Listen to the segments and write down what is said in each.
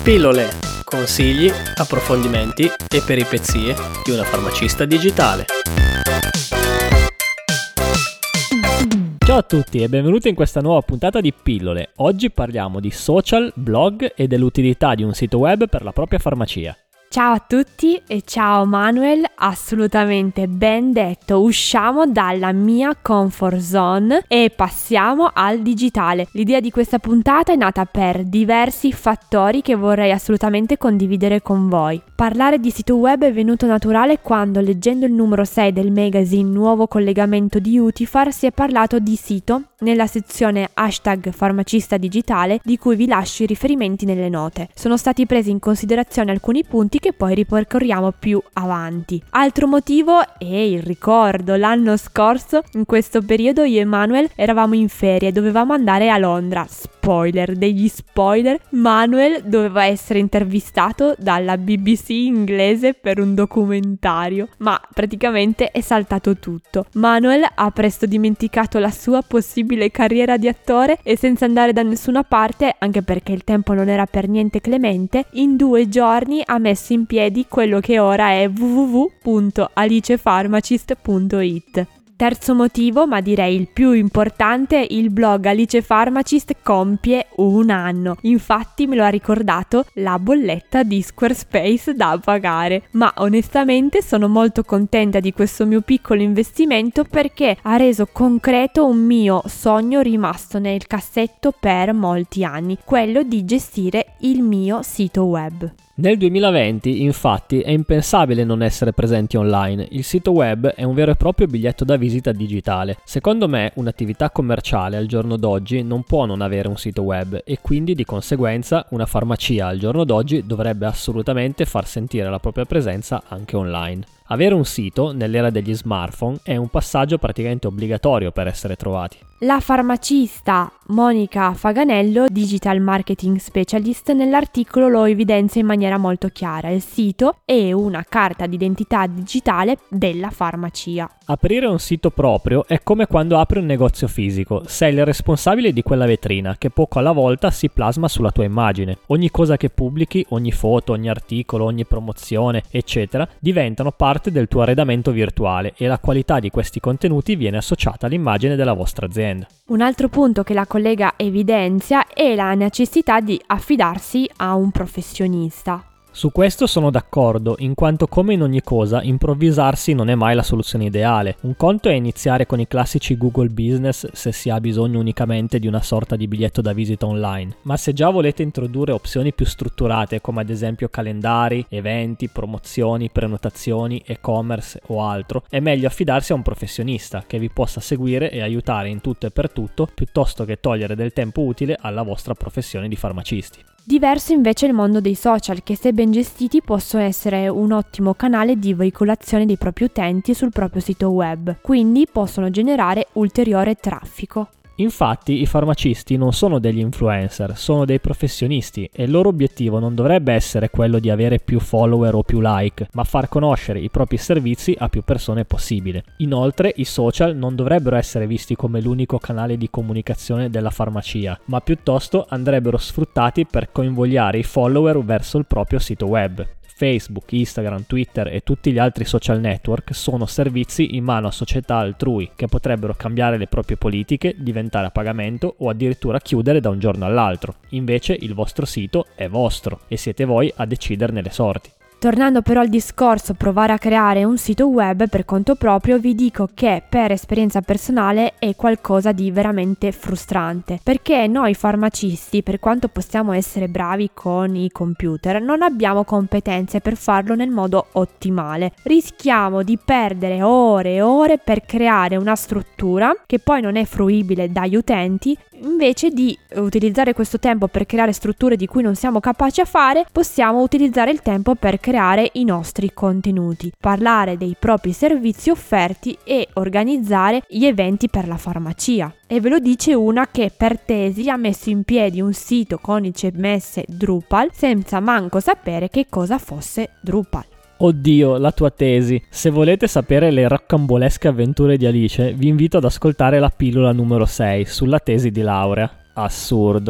Pillole, consigli, approfondimenti e peripezie di una farmacista digitale. Ciao a tutti e benvenuti in questa nuova puntata di Pillole. Oggi parliamo di social, blog e dell'utilità di un sito web per la propria farmacia. Ciao a tutti e ciao Manuel, assolutamente ben detto, usciamo dalla mia comfort zone e passiamo al digitale. L'idea di questa puntata è nata per diversi fattori che vorrei assolutamente condividere con voi. Parlare di sito web è venuto naturale quando, leggendo il numero 6 del magazine Nuovo collegamento di Utifar, si è parlato di sito nella sezione #farmacista digitale, di cui vi lascio i riferimenti nelle note. Sono stati presi in considerazione alcuni punti che poi ripercorriamo più avanti. Altro motivo è il ricordo. L'anno scorso, in questo periodo, io e Manuel eravamo in ferie e dovevamo andare a Londra. Spoiler degli spoiler, Manuel doveva essere intervistato dalla BBC inglese per un documentario, ma praticamente è saltato tutto. Manuel ha presto dimenticato la sua possibile carriera di attore e, senza andare da nessuna parte, anche perché il tempo non era per niente clemente, in 2 giorni ha messo in piedi quello che ora è www.alicefarmacist.it. Terzo motivo, ma direi il più importante, il blog Alice Pharmacist compie 1 anno. Infatti me lo ha ricordato la bolletta di Squarespace da pagare. Ma onestamente sono molto contenta di questo mio piccolo investimento, perché ha reso concreto un mio sogno rimasto nel cassetto per molti anni, quello di gestire il mio sito web. Nel 2020, infatti, è impensabile non essere presenti online. Il sito web è un vero e proprio biglietto da visita digitale. Secondo me, un'attività commerciale al giorno d'oggi non può non avere un sito web e quindi, di conseguenza, una farmacia al giorno d'oggi dovrebbe assolutamente far sentire la propria presenza anche online. Avere un sito nell'era degli smartphone è un passaggio praticamente obbligatorio per essere trovati. La farmacista Monica Faganello, Digital Marketing Specialist, nell'articolo lo evidenzia in maniera molto chiara. Il sito è una carta d'identità digitale della farmacia. Aprire un sito proprio è come quando apri un negozio fisico. Sei il responsabile di quella vetrina che poco alla volta si plasma sulla tua immagine. Ogni cosa che pubblichi, ogni foto, ogni articolo, ogni promozione, eccetera, diventano parte del tuo arredamento virtuale e la qualità di questi contenuti viene associata all'immagine della vostra azienda. Un altro punto che la collega evidenzia è la necessità di affidarsi a un professionista. Su questo sono d'accordo, in quanto, come in ogni cosa, improvvisarsi non è mai la soluzione ideale. Un conto è iniziare con i classici Google Business se si ha bisogno unicamente di una sorta di biglietto da visita online, ma se già volete introdurre opzioni più strutturate, come ad esempio calendari, eventi, promozioni, prenotazioni, e-commerce o altro, è meglio affidarsi a un professionista che vi possa seguire e aiutare in tutto e per tutto, piuttosto che togliere del tempo utile alla vostra professione di farmacisti. Diverso invece il mondo dei social, che se ben gestiti possono essere un ottimo canale di veicolazione dei propri utenti sul proprio sito web, quindi possono generare ulteriore traffico. Infatti i farmacisti non sono degli influencer, sono dei professionisti e il loro obiettivo non dovrebbe essere quello di avere più follower o più like, ma far conoscere i propri servizi a più persone possibile. Inoltre i social non dovrebbero essere visti come l'unico canale di comunicazione della farmacia, ma piuttosto andrebbero sfruttati per coinvogliare i follower verso il proprio sito web. Facebook, Instagram, Twitter e tutti gli altri social network sono servizi in mano a società altrui che potrebbero cambiare le proprie politiche, diventare a pagamento o addirittura chiudere da un giorno all'altro. Invece il vostro sito è vostro e siete voi a deciderne le sorti. Tornando però al discorso provare a creare un sito web per conto proprio, vi dico che per esperienza personale è qualcosa di veramente frustrante, perché noi farmacisti, per quanto possiamo essere bravi con i computer, non abbiamo competenze per farlo nel modo ottimale. Rischiamo di perdere ore e ore per creare una struttura che poi non è fruibile dagli utenti. Invece di utilizzare questo tempo per creare strutture di cui non siamo capaci a fare, possiamo utilizzare il tempo per creare i nostri contenuti, parlare dei propri servizi offerti e organizzare gli eventi per la farmacia. E ve lo dice una che per tesi ha messo in piedi un sito con il CMS Drupal senza manco sapere che cosa fosse Drupal. Oddio, la tua tesi. Se volete sapere le rocambolesche avventure di Alice, vi invito ad ascoltare la pillola numero 6 sulla tesi di laurea. Assurdo.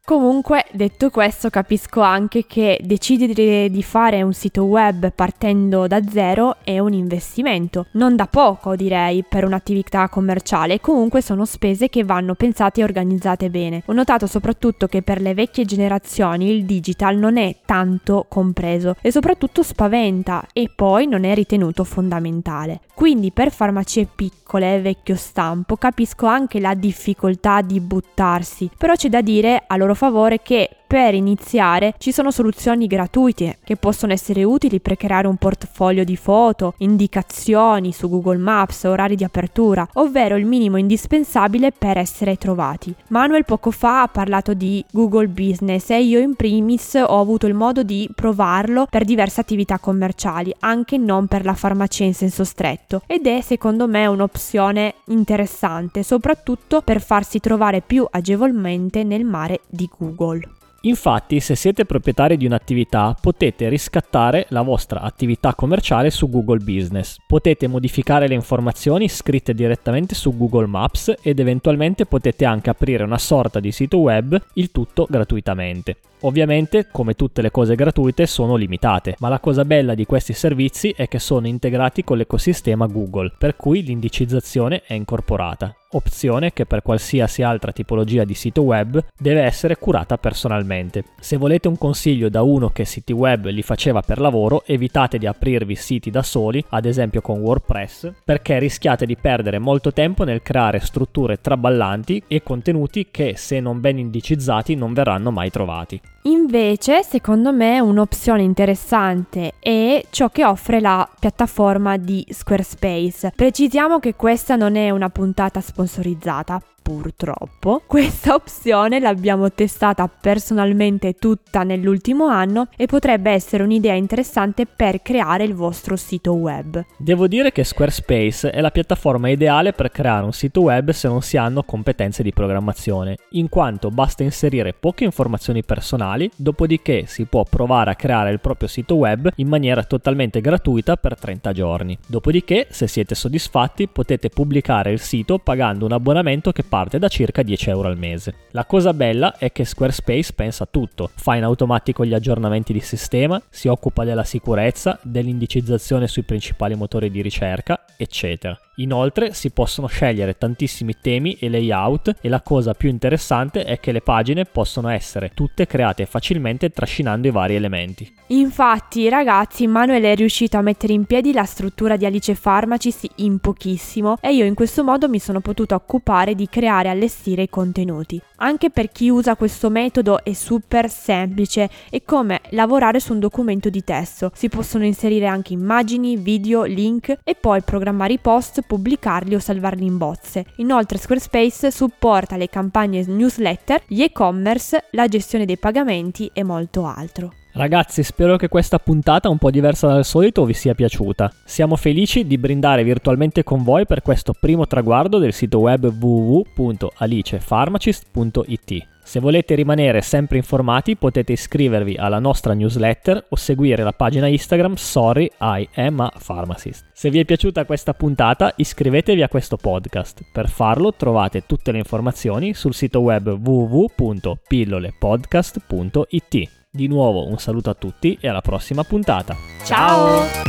Comunque, detto questo, capisco anche che decidere di fare un sito web partendo da zero è un investimento, non da poco direi, per un'attività commerciale. Comunque sono spese che vanno pensate e organizzate bene. Ho notato soprattutto che per le vecchie generazioni il digital non è tanto compreso e soprattutto spaventa, e poi non è ritenuto fondamentale. Quindi per farmacie piccole, vecchio stampo, capisco anche la difficoltà di buttarsi, però c'è da dire a loro favore che per iniziare ci sono soluzioni gratuite che possono essere utili per creare un portfolio di foto, indicazioni su Google Maps, orari di apertura, ovvero il minimo indispensabile per essere trovati. Manuel poco fa ha parlato di Google Business e io in primis ho avuto il modo di provarlo per diverse attività commerciali, anche non per la farmacia in senso stretto, ed è secondo me un'opzione interessante, soprattutto per farsi trovare più agevolmente nel mare di Google. Infatti, se siete proprietari di un'attività, potete riscattare la vostra attività commerciale su Google Business. Potete modificare le informazioni scritte direttamente su Google Maps ed eventualmente potete anche aprire una sorta di sito web, il tutto gratuitamente. Ovviamente, come tutte le cose gratuite, sono limitate, ma la cosa bella di questi servizi è che sono integrati con l'ecosistema Google, per cui l'indicizzazione è incorporata, opzione che per qualsiasi altra tipologia di sito web deve essere curata personalmente. Se volete un consiglio da uno che siti web li faceva per lavoro, evitate di aprirvi siti da soli, ad esempio con WordPress, perché rischiate di perdere molto tempo nel creare strutture traballanti e contenuti che, se non ben indicizzati, non verranno mai trovati. Invece, secondo me, un'opzione interessante è ciò che offre la piattaforma di Squarespace. Precisiamo che questa non è una puntata sponsorizzata, purtroppo. Questa opzione l'abbiamo testata personalmente tutta nell'ultimo anno e potrebbe essere un'idea interessante per creare il vostro sito web. Devo dire che Squarespace è la piattaforma ideale per creare un sito web se non si hanno competenze di programmazione, in quanto basta inserire poche informazioni personali, dopodiché si può provare a creare il proprio sito web in maniera totalmente gratuita per 30 giorni. Dopodiché, se siete soddisfatti, potete pubblicare il sito pagando un abbonamento che parte da circa 10 euro al mese. La cosa bella è che Squarespace pensa a tutto, fa in automatico gli aggiornamenti di sistema, si occupa della sicurezza, dell'indicizzazione sui principali motori di ricerca, eccetera. Inoltre si possono scegliere tantissimi temi e layout e la cosa più interessante è che le pagine possono essere tutte create facilmente trascinando i vari elementi. Infatti, ragazzi, Manuel è riuscito a mettere in piedi la struttura di Alice Pharmacist in pochissimo e io in questo modo mi sono potuta occupare di creare e allestire i contenuti. Anche per chi usa questo metodo è super semplice, è come lavorare su un documento di testo. Si possono inserire anche immagini, video, link e poi programmare i post, pubblicarli o salvarli in bozze. Inoltre Squarespace supporta le campagne newsletter, gli e-commerce, la gestione dei pagamenti e molto altro. Ragazzi, spero che questa puntata un po' diversa dal solito vi sia piaciuta. Siamo felici di brindare virtualmente con voi per questo primo traguardo del sito web www.alicepharmacist.it. Se volete rimanere sempre informati potete iscrivervi alla nostra newsletter o seguire la pagina Instagram Sorry I am a Pharmacist. Se vi è piaciuta questa puntata iscrivetevi a questo podcast. Per farlo trovate tutte le informazioni sul sito web www.pillolepodcast.it. Di nuovo un saluto a tutti e alla prossima puntata. Ciao!